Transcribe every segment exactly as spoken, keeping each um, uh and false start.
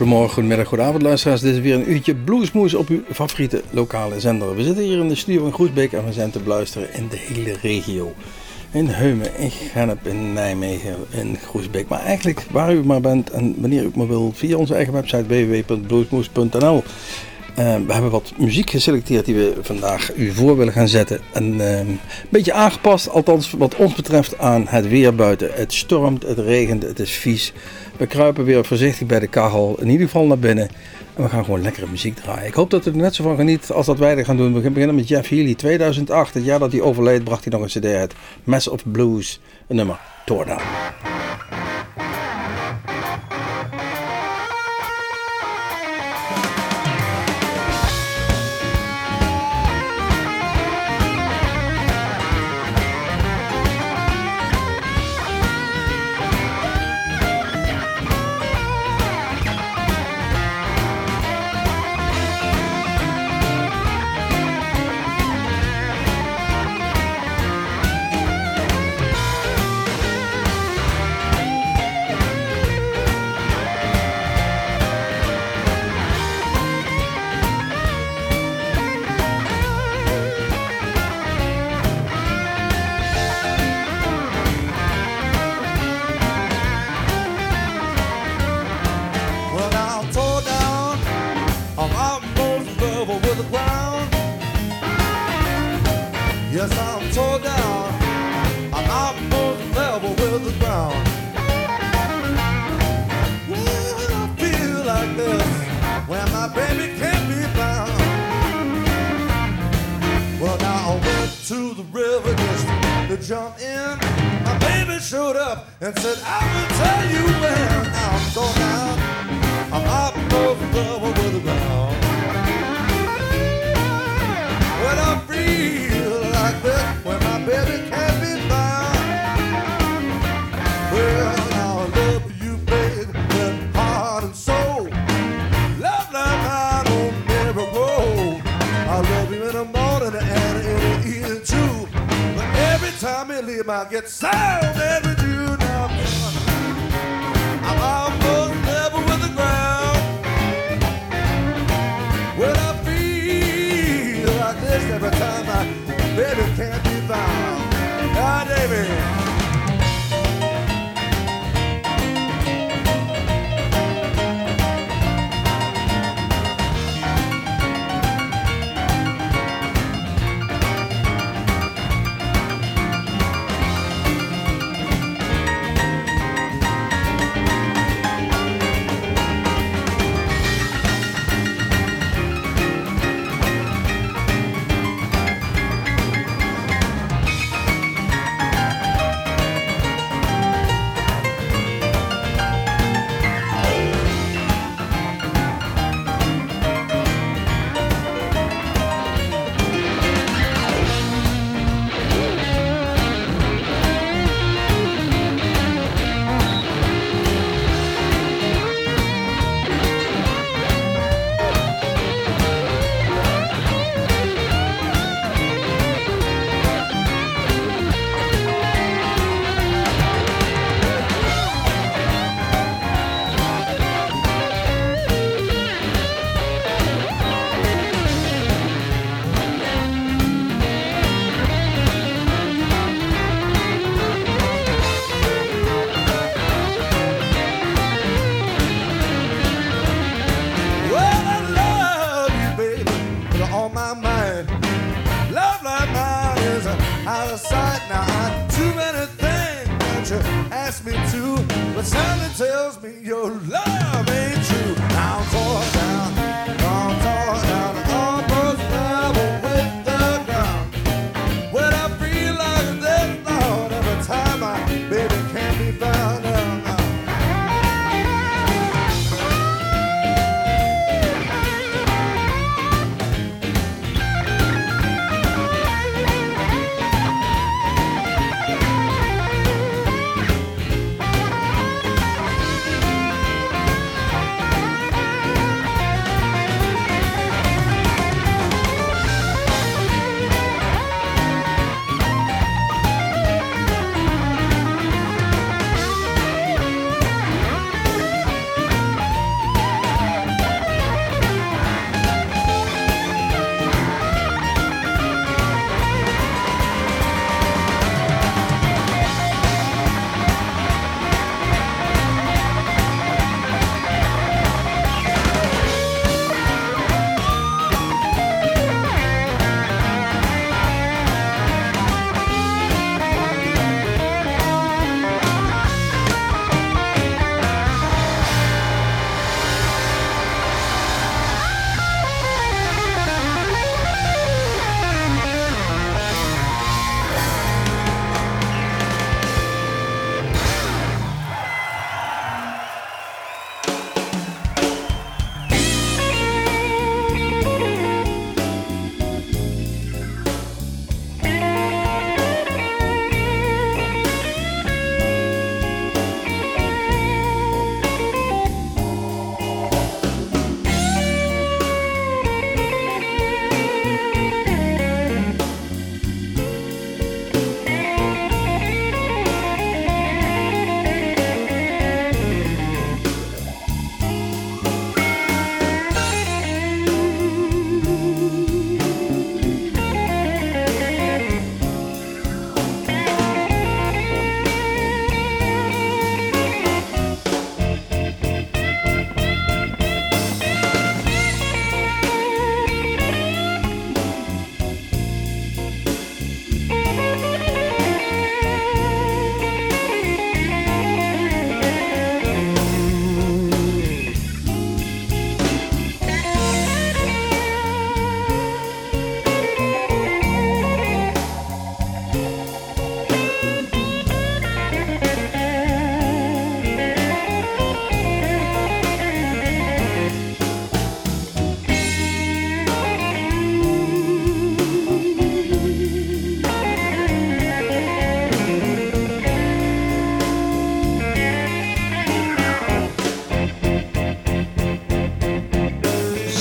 Goedemorgen, goedemiddag, goedenavond luisteraars. Dit is weer een uurtje Bluesmoes op uw favoriete lokale zender. We zitten hier in de studio in Groesbeek en we zijn te beluisteren in de hele regio. In Heumen, in Gennep, in Nijmegen, in Groesbeek. Maar eigenlijk waar u maar bent en wanneer u maar wil, via onze eigen website w w w punt bluesmoes punt n l. Uh, we hebben wat muziek geselecteerd die we vandaag u voor willen gaan zetten. En uh, een beetje aangepast, althans wat ons betreft, aan het weer buiten. Het stormt, het regent, het is vies. We kruipen weer voorzichtig bij de kachel, in ieder geval naar binnen. En we gaan gewoon lekkere muziek draaien. Ik hoop dat u er net zo van geniet als dat wij er gaan doen. We gaan beginnen met Jeff Healey. tweeduizend acht, het jaar dat hij overleed, bracht hij nog een cd uit. Mass of Blues, een nummer, Tore Down.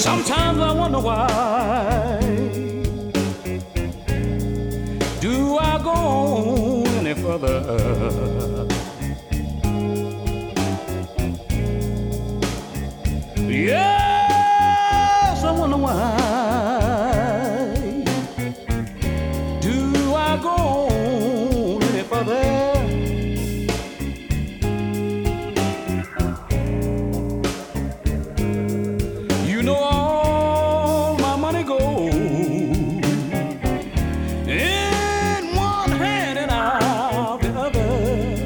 Sometimes I wonder why do I go on any further? Yes, I wonder why do I go on any further? You know all my money goes in one hand and out the other.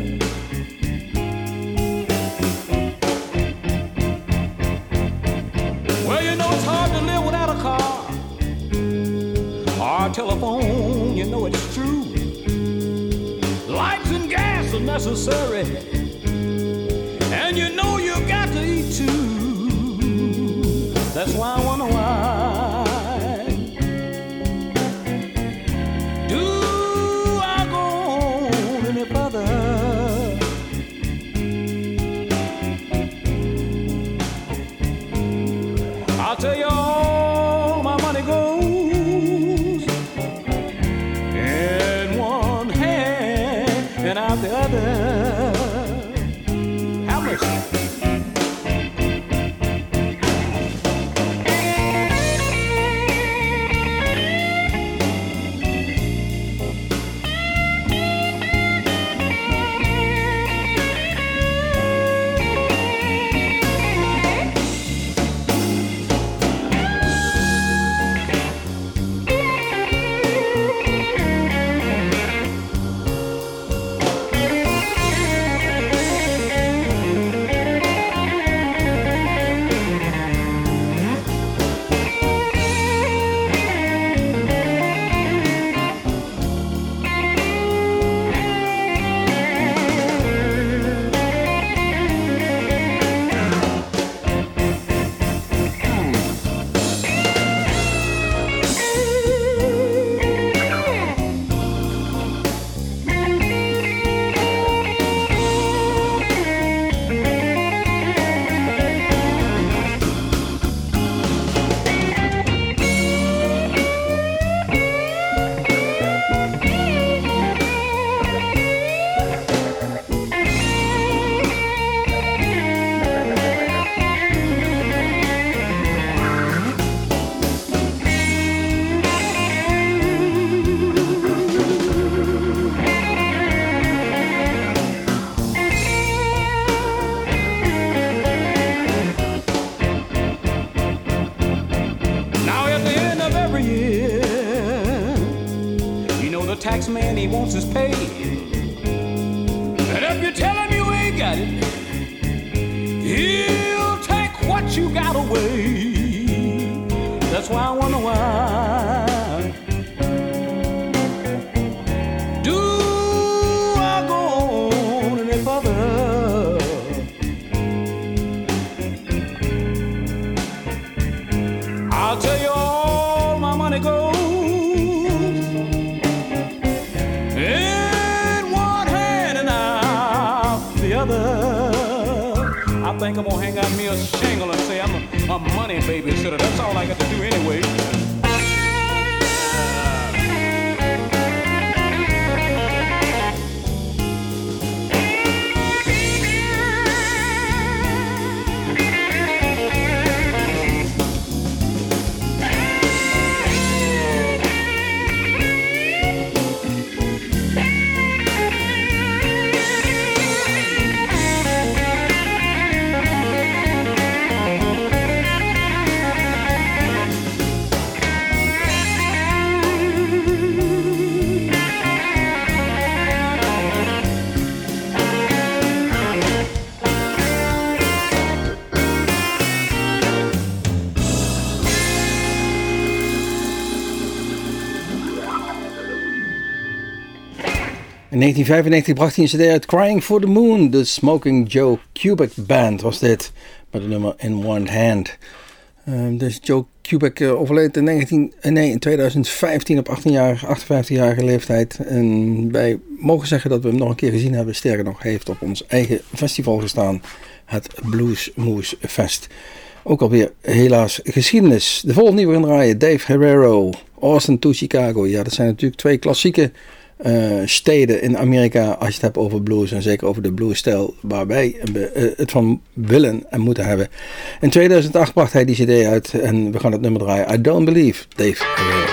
Well, you know it's hard to live without a car or a telephone, you know it's true. Lights and gas are necessary, and you know you got to eat too. That's why I wonder why do I go on any further? I'll tell you all my money goes in one hand and out the other. How much? Tax man, he wants his pay. And if you tell him you ain't got it, he'll take what you got away. That's why I wonder why do I go on any further? I'll tell you all my money goes I think I'm gonna hang out me a shingle and say I'm a, a money babysitter. That's all I got to do anyway. In negentien vijfennegentig bracht hij een cd uit, Crying for the Moon. De Smoking Joe Kubek Band was dit, met het nummer In One Hand. Uh, dus Joe Kubek uh, overleed in, negentien, uh, nee, in twintig vijftien op achtenvijftigjarige leeftijd. En wij mogen zeggen dat we hem nog een keer gezien hebben. Sterker nog, hij heeft op ons eigen festival gestaan, het Blues Moose Fest. Ook alweer helaas geschiedenis. De volgende die we gaan draaien, Dave Herrero, Austin to Chicago. Ja, dat zijn natuurlijk twee klassieke uh, steden in Amerika als je het hebt over blues. En zeker over de bluesstijl waar wij uh, het van willen en moeten hebben. In tweeduizend acht bracht hij die cd uit en we gaan het nummer draaien. I Don't Believe, Dave Herrero.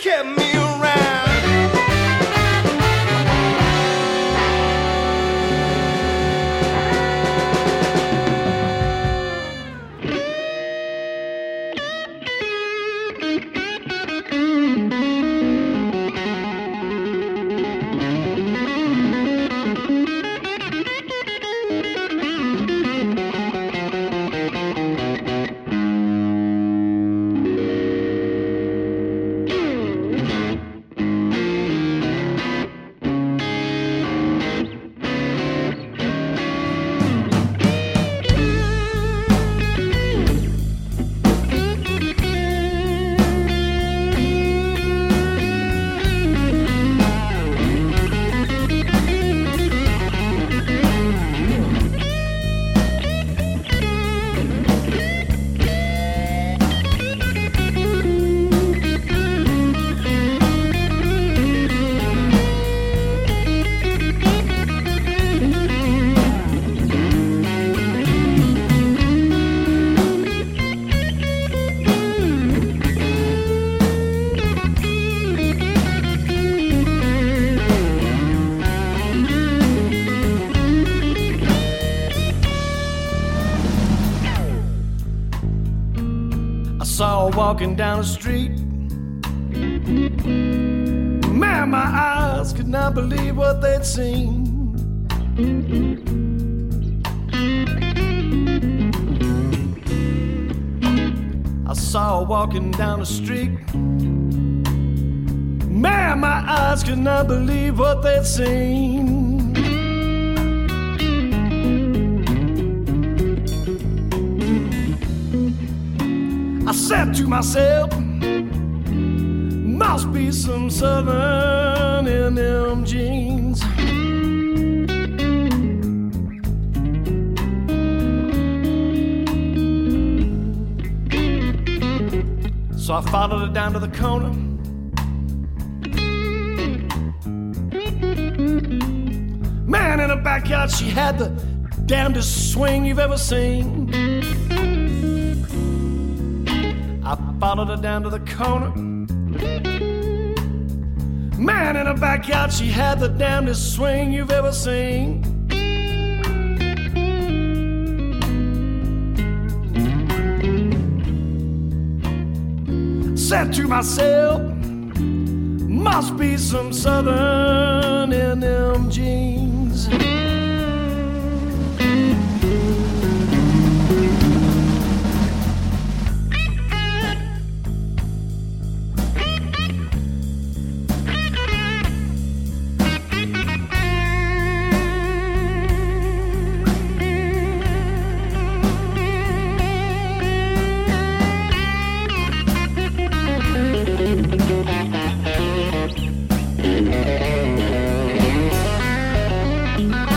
kept me around. Walking down the street, man, my eyes could not believe what they'd seen. I saw her walking down the street, man, my eyes could not believe what they'd seen. I said to myself, must be some southern in them jeans. So I followed her down to the corner. Man, in her backyard she had the damnedest swing you've ever seen. I followed her down to the corner. Man, in her backyard she had the damnedest swing you've ever seen. Said to myself, must be some southern in them jeans. Thank you.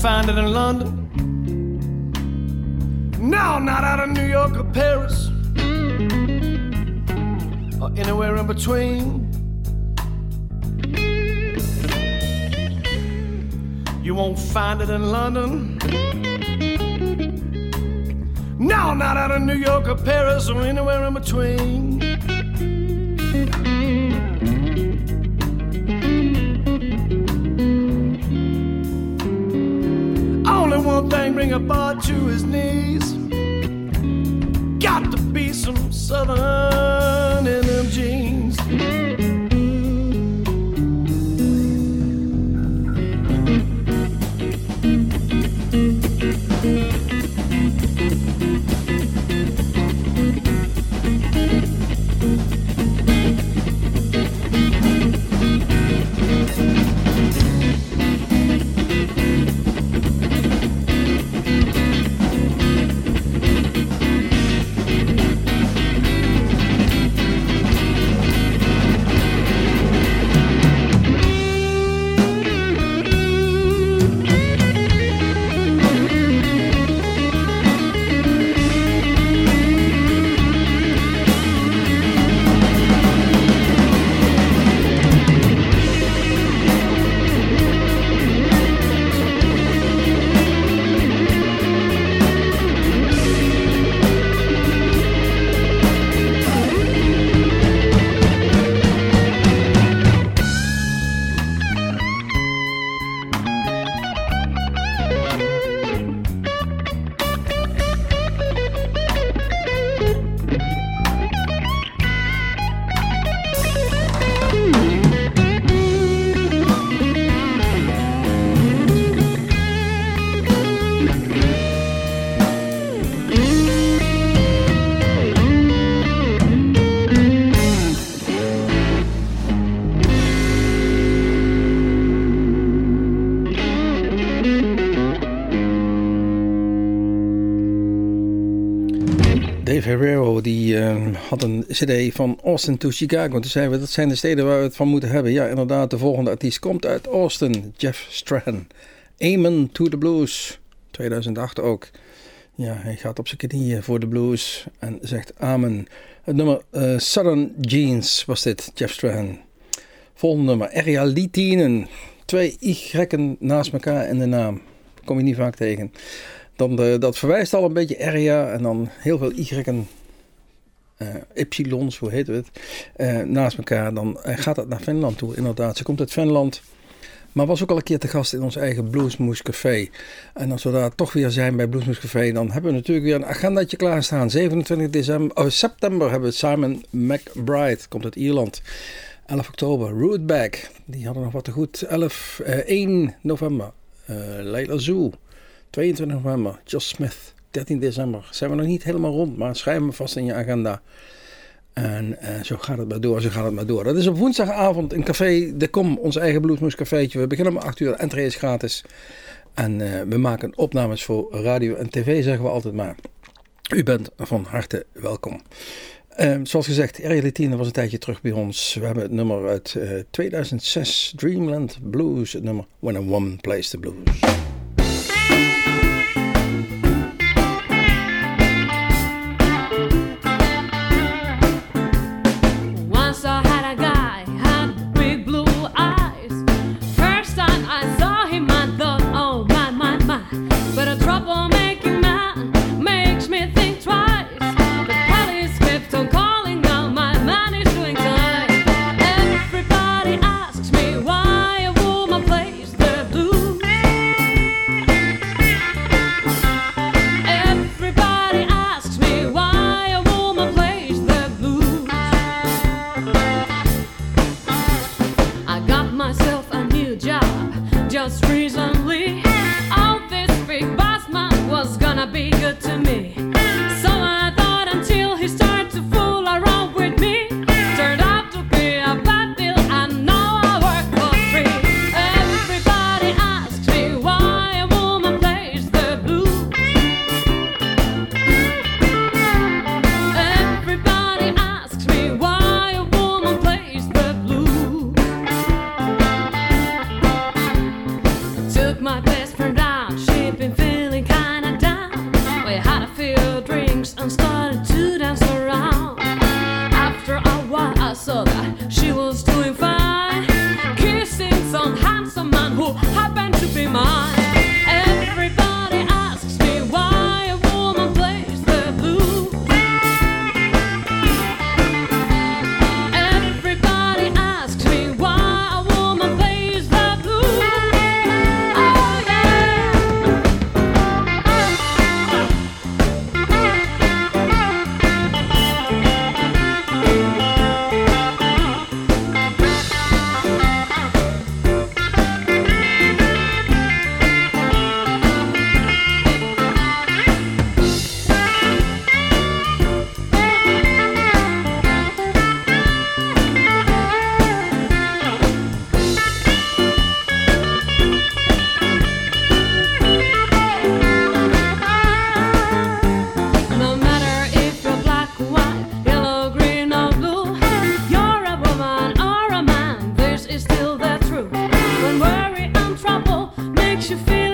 find it in London. No, not out of New York or Paris, or anywhere in between. You won't find it in London. No, not out of New York or Paris or anywhere in between. Only one thing bring a bar to his knees. Got to be some Southern in them jeans. Dave Herrero die uh, had een cd van Austin to Chicago. Toen zeiden we, dat zijn de steden waar we het van moeten hebben. Ja, inderdaad, de volgende artiest komt uit Austin. Jeff Strahan. Amen to the Blues. tweeduizend acht ook. Ja, hij gaat op zijn knieën voor de blues en zegt amen. Het nummer uh, Southern Jeans was dit, Jeff Strahan. Volgende nummer, Erialitinen. Twee Y naast elkaar in de naam. Kom je niet vaak tegen. Dan de, dat verwijst al een beetje area en dan heel veel Y'en, uh, Ypsilons, hoe heet het, uh, naast elkaar. Dan uh, gaat het naar Finland toe, inderdaad. Ze komt uit Finland, maar was ook al een keer te gast in ons eigen Bluesmoose Café. En als we daar toch weer zijn bij Bluesmoose Café, dan hebben we natuurlijk weer een agendaatje klaarstaan. zevenentwintig december, oh, september hebben we Simon McBride, komt uit Ierland. elf oktober, Rootback, die hadden nog wat te goed. elf, uh, één november, uh, Leila Zoo. tweeëntwintig november, Josh Smith. dertien december. Zijn we nog niet helemaal rond, maar schrijf me vast in je agenda. En uh, zo gaat het maar door, zo gaat het maar door. Dat is op woensdagavond in Café de Kom, ons eigen Bluesmoose Cafeetje. We beginnen om acht uur, entree is gratis. En uh, we maken opnames voor radio en tv, zeggen we altijd maar. U bent van harte welkom. Uh, zoals gezegd, Erialitine was een tijdje terug bij ons. We hebben het nummer uit uh, tweeduizend zes, Dreamland Blues. Het nummer When a Woman Plays the Blues. Everybody asks me why a woman plays the blues.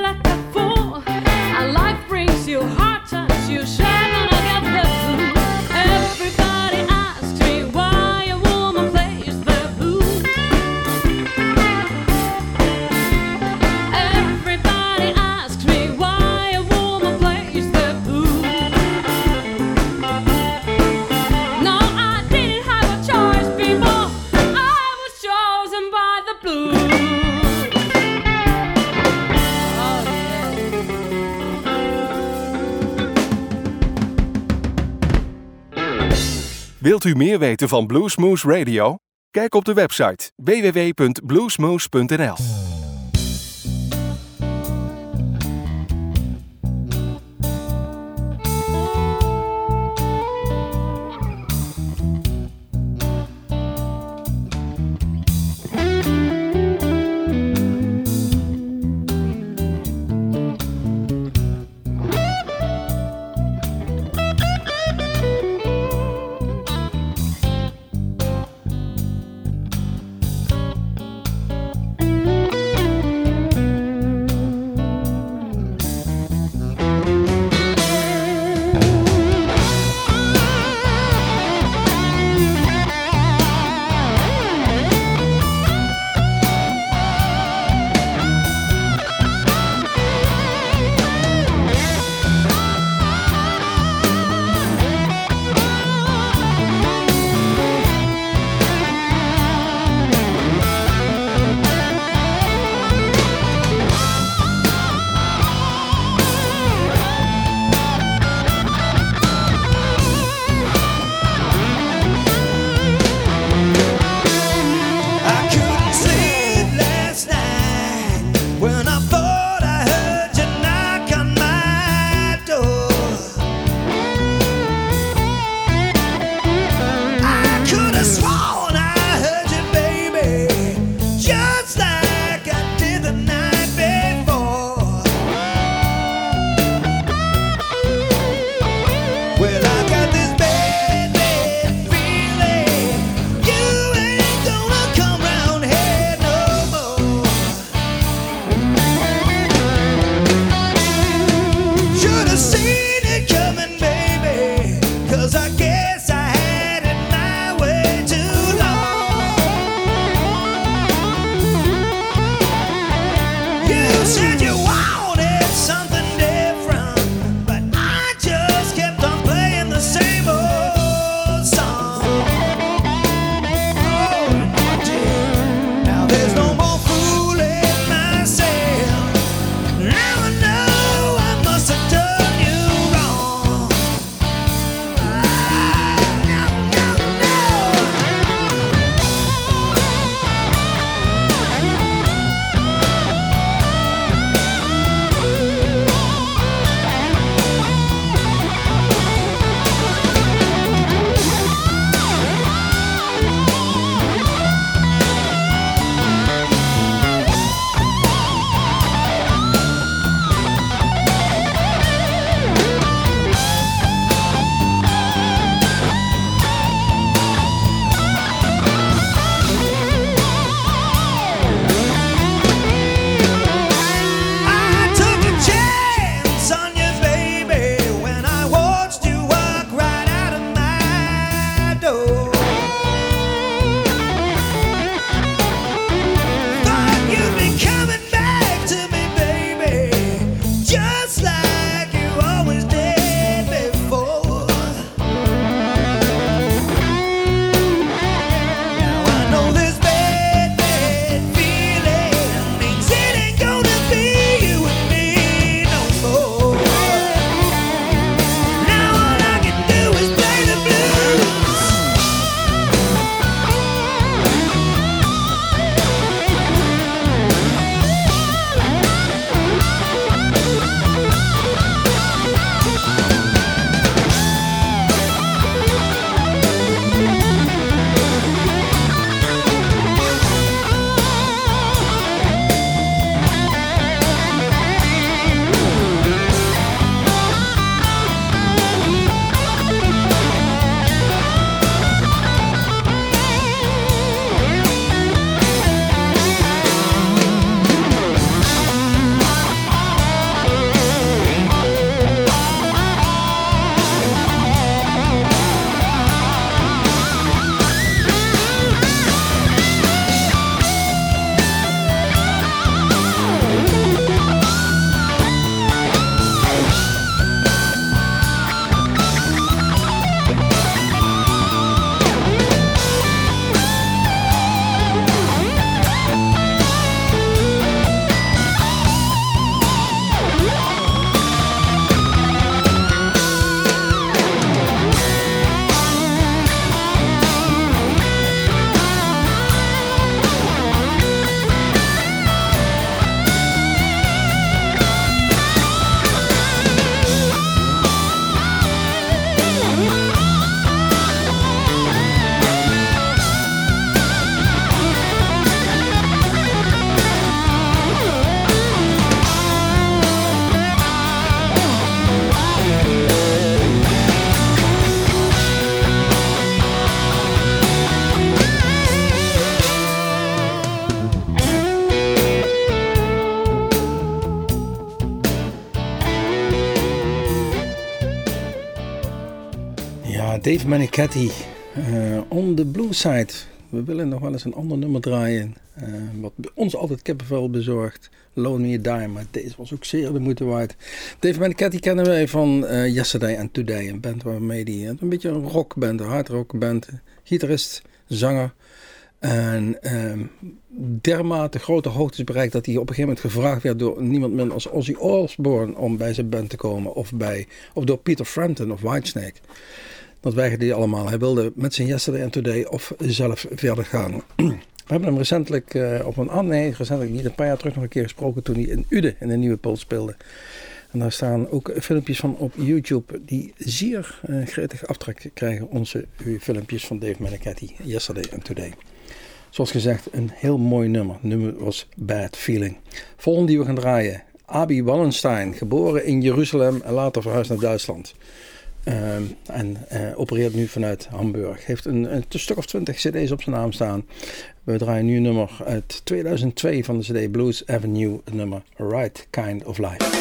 like a fool. And life brings you hard times, you sure gonna get the blues. Everybody asks me why a woman plays the blues. Everybody asks me why a woman plays the blues. No, I didn't have a choice, people. I was chosen by the blues. Oh, yeah. Wilt u meer weten van Bluesmoose Radio? Kijk op de website w w w punt bluesmoose punt n l. Dave Manichetti, uh, On the Blue Side. We willen nog wel eens een ander nummer draaien, uh, wat ons altijd kippenvel bezorgt. Loan Me a Dime, maar deze was ook zeer de moeite waard. Dave Manichetti kennen wij van uh, Yesterday and Today, een band waarmee die een beetje een rockband, een hardrockband, gitarist, zanger. En uh, dermate grote hoogtes bereikt dat hij op een gegeven moment gevraagd werd door niemand minder als Ozzy Osbourne om bij zijn band te komen. Of, bij, of door Peter Frampton of Whitesnake. Dat weigerde hij allemaal. Hij wilde met zijn Yesterday and Today of zelf verder gaan. We hebben hem recentelijk uh, op een ah, nee, recentelijk niet een paar jaar terug nog een keer gesproken toen hij in Uden in de Nieuwe Pool speelde. En daar staan ook filmpjes van op YouTube die zeer uh, gretig aftrek krijgen. Onze uh, filmpjes van Dave Manichetti, Yesterday and Today. Zoals gezegd, een heel mooi nummer. Het nummer was Bad Feeling. Volgende die we gaan draaien. Abi Wallenstein, geboren in Jeruzalem en later verhuisd naar Duitsland. Uh, en uh, opereert nu vanuit Hamburg. Heeft een, een stuk of twintig cd's op zijn naam staan. We draaien nu een nummer uit tweeduizend twee van de cd Blues Avenue. Het nummer Right Kind of Life.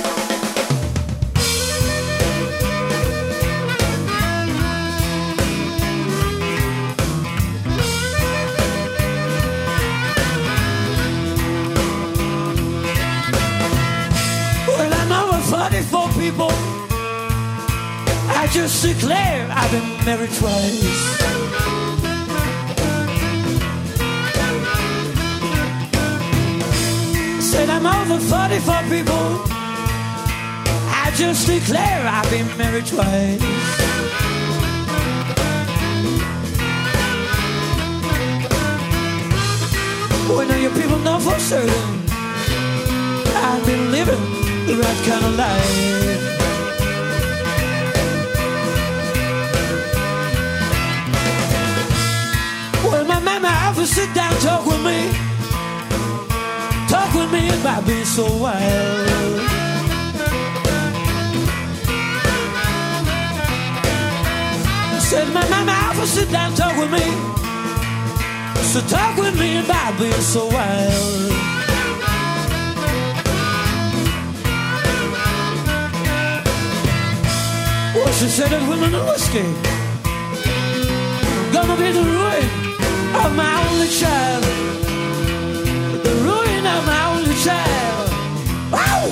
For people, I just declare I've been married twice. Said I'm over forty-four people. I just declare I've been married twice. Well, now you people know for certain I've been living the right kind of life. Well, my mama often sit down, talk with me, talk with me about being so wild. Said my mama often sit down, talk with me, so talk with me about being so wild. Well, she said that women and whiskey gonna be the ruin of my only child. The ruin of my only child. Wow!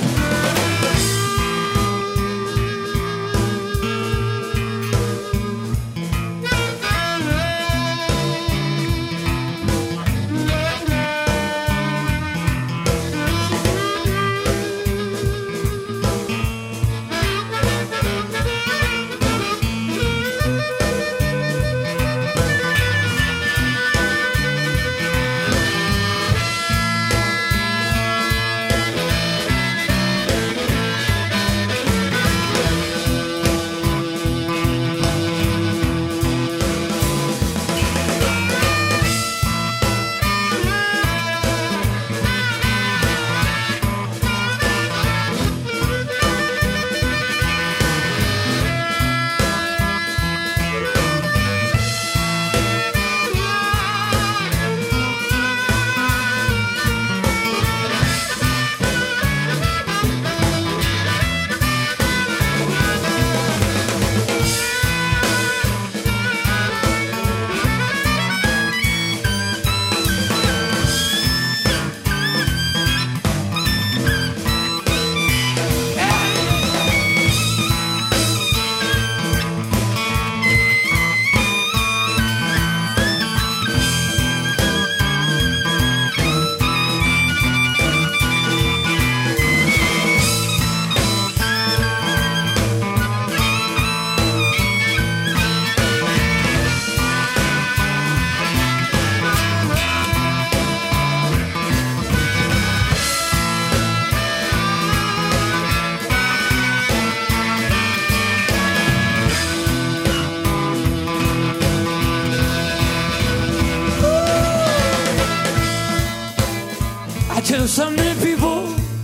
Someday, people,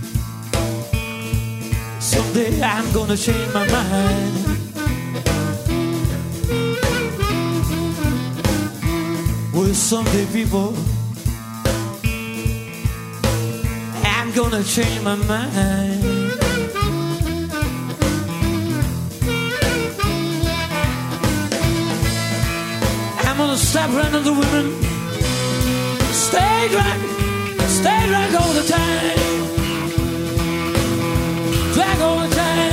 someday I'm gonna change my mind. Well, someday, people, I'm gonna change my mind. I've run to the women. Stay drunk, stay drunk all the time. Drunk all the time.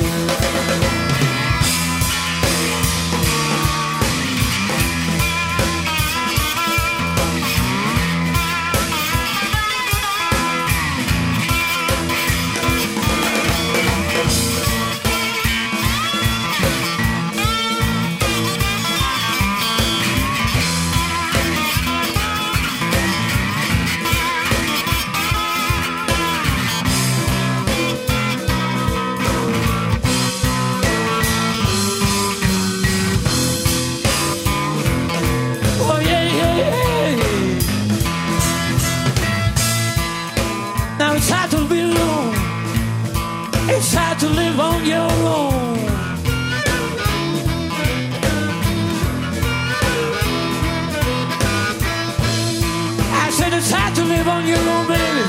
It's hard to be alone. It's hard to live on your own. I said it's hard to live on your own, baby.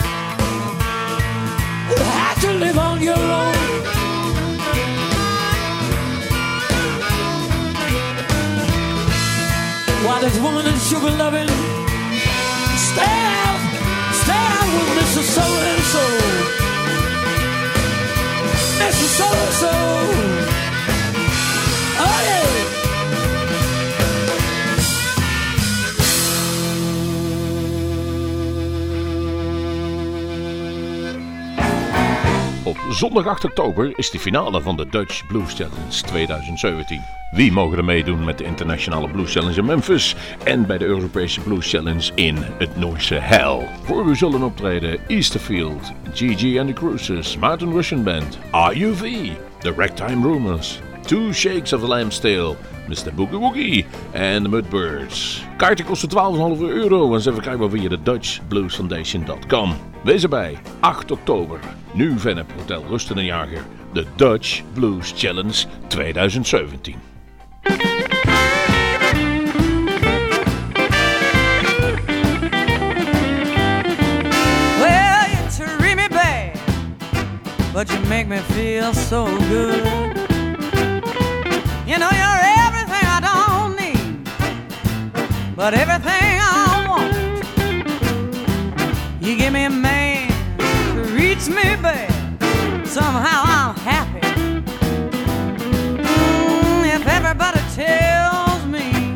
It's hard to live on your own. While this woman is sugar loving, stay out. Mister So-and-so, Mister So-and-so, oh yeah. Op zondag acht oktober is de finale van de Dutch Blues Challenge twintig zeventien. Wie mogen er meedoen met de Internationale Blues Challenge in Memphis en bij de Europese Blues Challenge in het Noorse Hell? Voor u zullen optreden Easterfield, G G and the Cruisers, Martin Russian Band, R U V, The Ragtime Rumors, Two Shakes of the Lamb's Tail, mister Boogie Woogie en The Mudbirds. Kaarten kosten twaalf komma vijf euro en zijn verkrijgbaar via de Dutch Blues Foundation dot com. Wees erbij, acht oktober, nu Vennep Hotel Rusten en Jager, de Dutch Blues Challenge twintig zeventien. Well, you treat me bad, but you make me feel so good. You know you're everything I don't need, but everything I want. You give me a man who treats me bad, somehow I'm happy. Mm, if everybody tells me,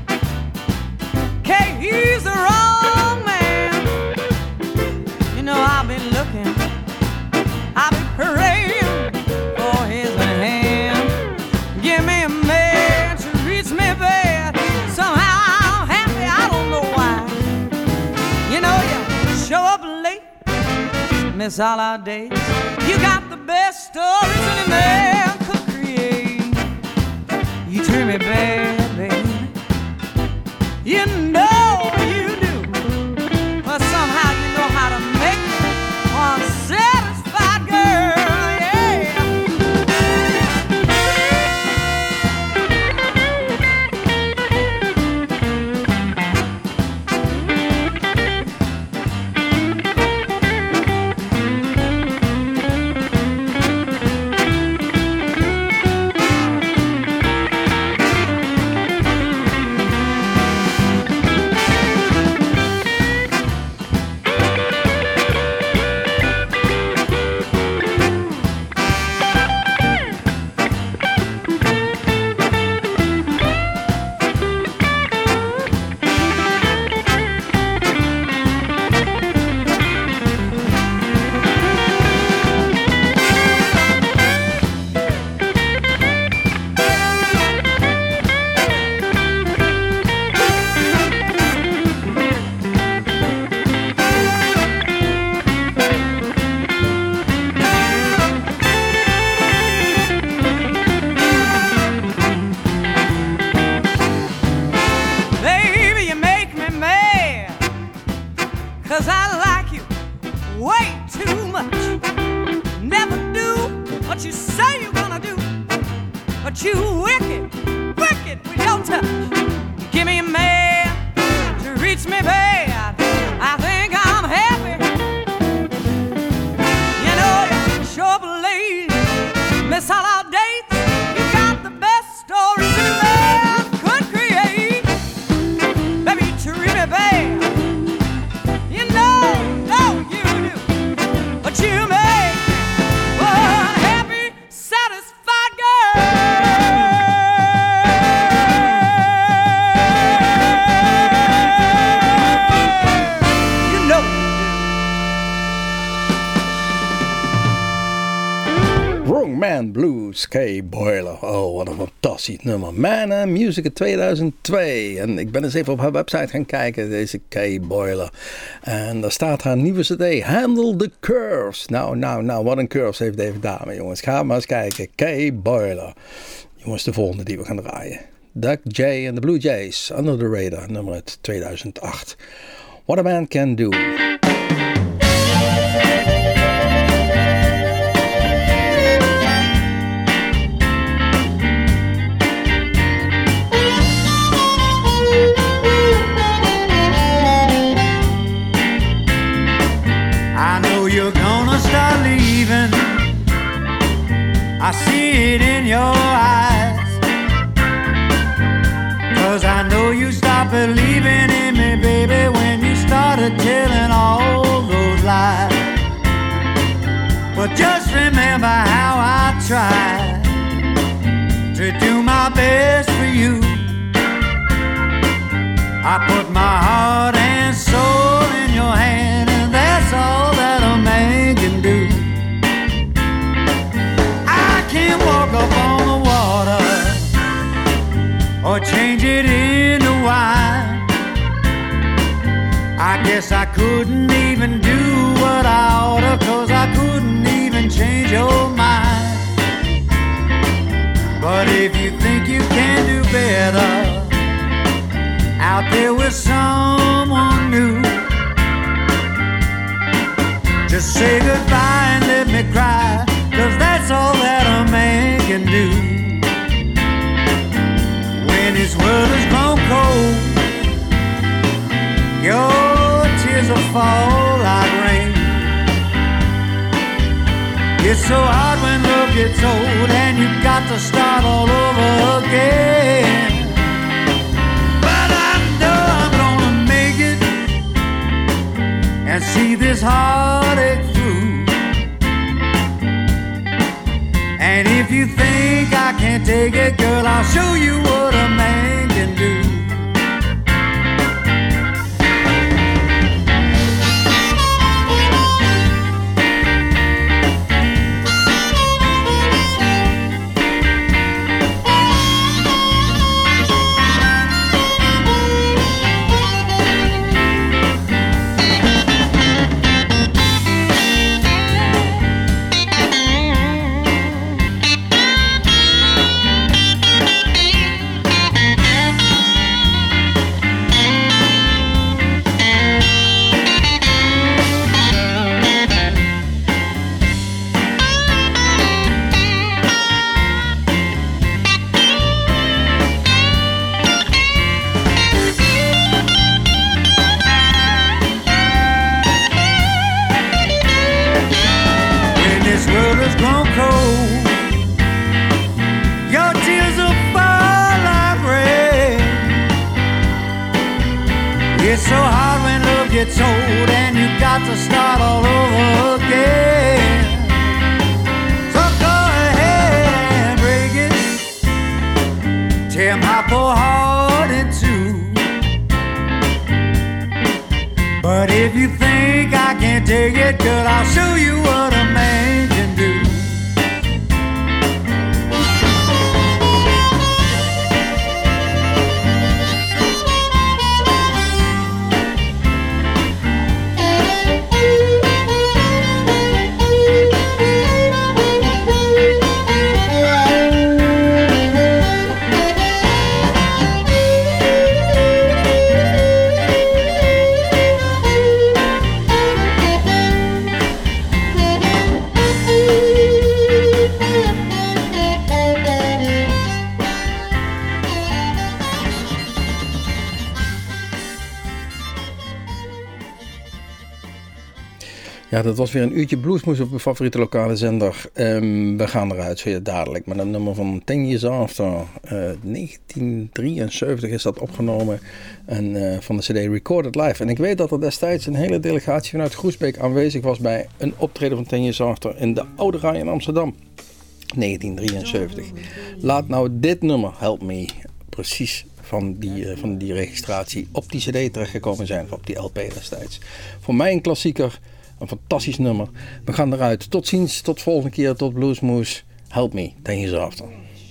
okay, he's the wrong man, you know I'll be looking, I'll be praying for his hand. Give me a man who treats me bad, somehow I'm happy, I don't know why. You know you show up late, miss all our dates. You got the best stories any man could create. You treat me bad, baby. You know you do. But somehow you know how to make me one satisfied girl, but you wicked, wicked with your touch. Give me a man to reach me bad, I think I'm happy. You know you show up late, miss all our dates. You got the best stories any man could create. Wrong Man Blues, Kay Boiler. Oh, wat een fantastisch nummer. Man and Music in tweeduizend twee. En ik ben eens even op haar website gaan kijken, deze Kay Boiler. En daar staat haar nieuwe cd, Handle the Curves. Nou, nou, nou, wat een curves heeft David Dame, jongens. Ga maar eens kijken. Kay Boiler. Jongens, de volgende die we gaan draaien. Doug J and the Blue Jays, Under the Radar, nummer uit tweeduizend acht. What a Man Can Do. You're gonna start leaving, I see it in your eyes, 'cause I know you stopped believing in me, baby, when you started telling all those lies. But just remember how I tried to do my best for you. I put my heart and soul in your hand, and that's all that a man can do. I can't walk up on the water or change it into wine. I guess I couldn't even do what I oughta, 'cause I couldn't even change your mind. But if you think you can do better out there with someone new, just say goodbye and let me cry, 'cause that's all that a man can do. When his world has grown cold, your tears will fall like rain. It's so hard when love gets old and you've got to start all over again. And see this heartache through. And if you think I can't take it, girl, I'll show you what a man can do. It's so hard when love gets old and you got to start all over again. So go ahead and break it, tear my poor heart in two. But if you think I can't take it, girl, I'll show you what a man can do. Ja, dat was weer een uurtje bluesmoes op uw favoriete lokale zender. Um, we gaan eruit, zo je dadelijk. Met een nummer van Ten Years After. Uh, negentien drieënzeventig is dat opgenomen. En uh, van de cd Recorded Live. En ik weet dat er destijds een hele delegatie vanuit Groesbeek aanwezig was bij een optreden van Ten Years After in de Oude Rij in Amsterdam. negentien drieënzeventig. Laat nou dit nummer, Help Me, precies van die, uh, van die registratie op die cd terechtgekomen zijn. Op die L P destijds. Voor mij een klassieker. Een fantastisch nummer. We gaan eruit. Tot ziens, tot volgende keer, tot Bluesmoose. Help me, ten years after.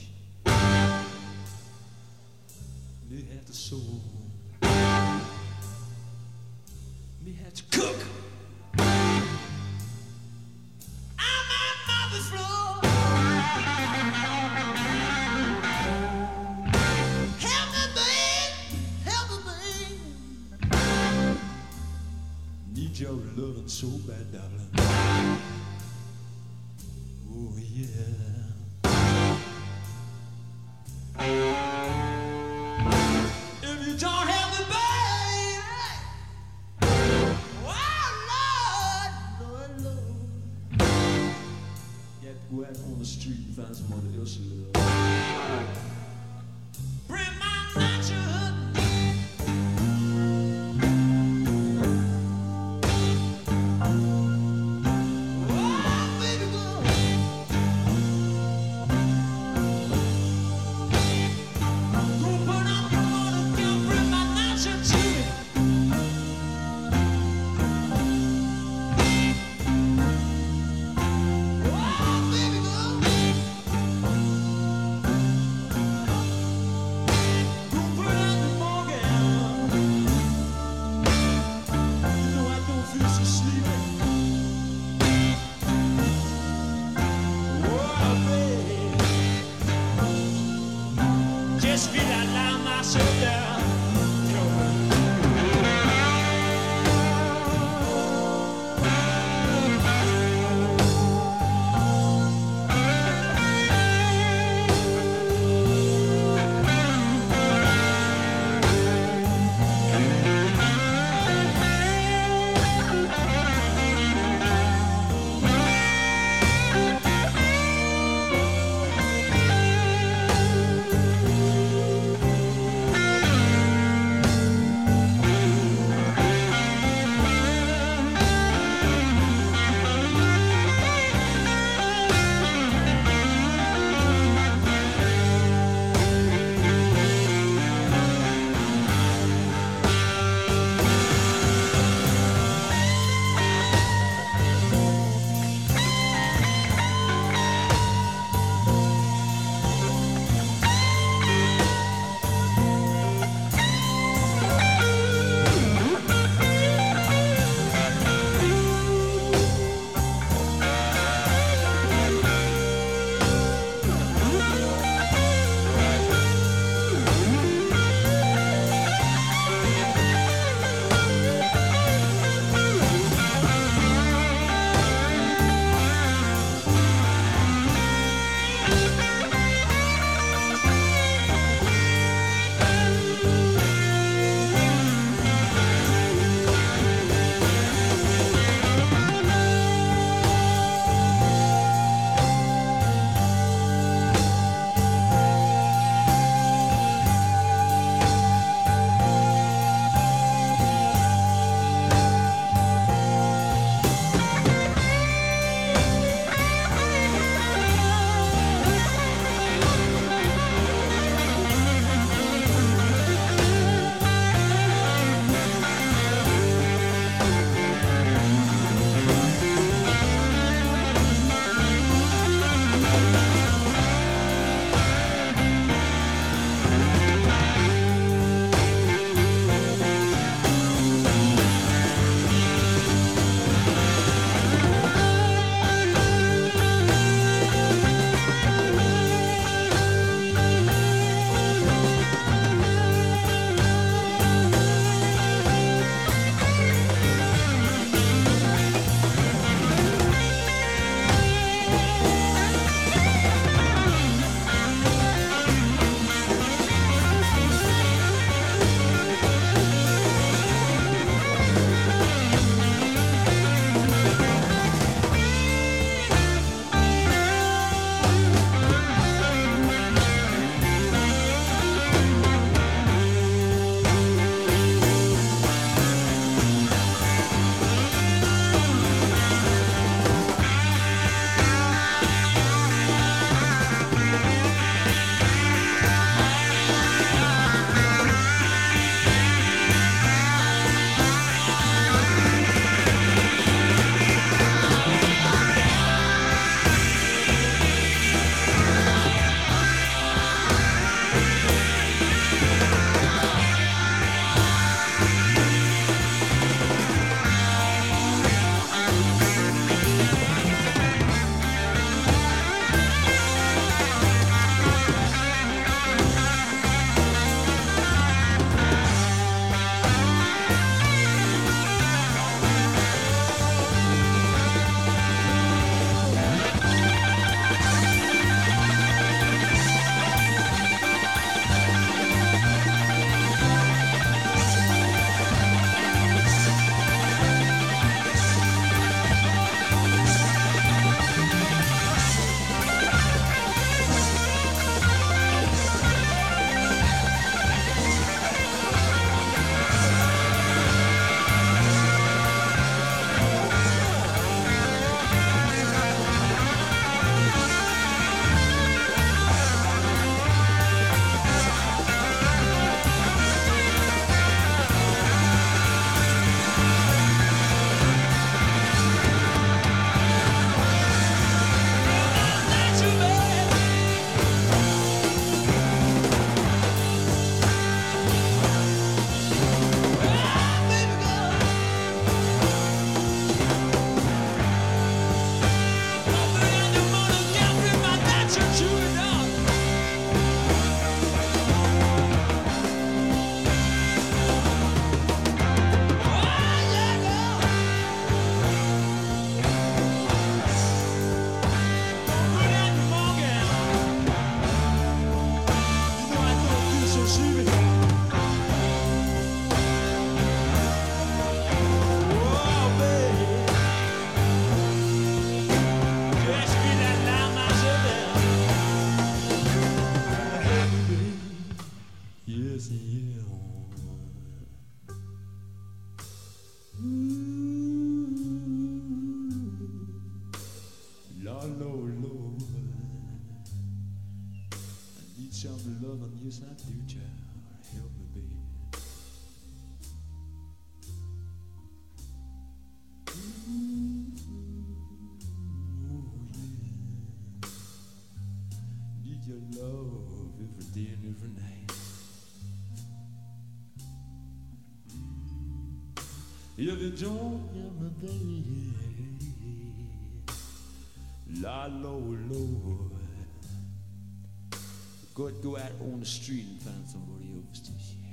Your loving so bad, darling. Oh yeah. If you don't have me, baby, oh Lord, Lord, Lord, you have to go out on the street and find somebody else to love. Bring my natural. show me love and yes I do, child. Help me, baby. Your love every day and every night. Mm. If you don't hear me, baby, Lord, Lord, Lord, go go out on the street and find somebody else to share.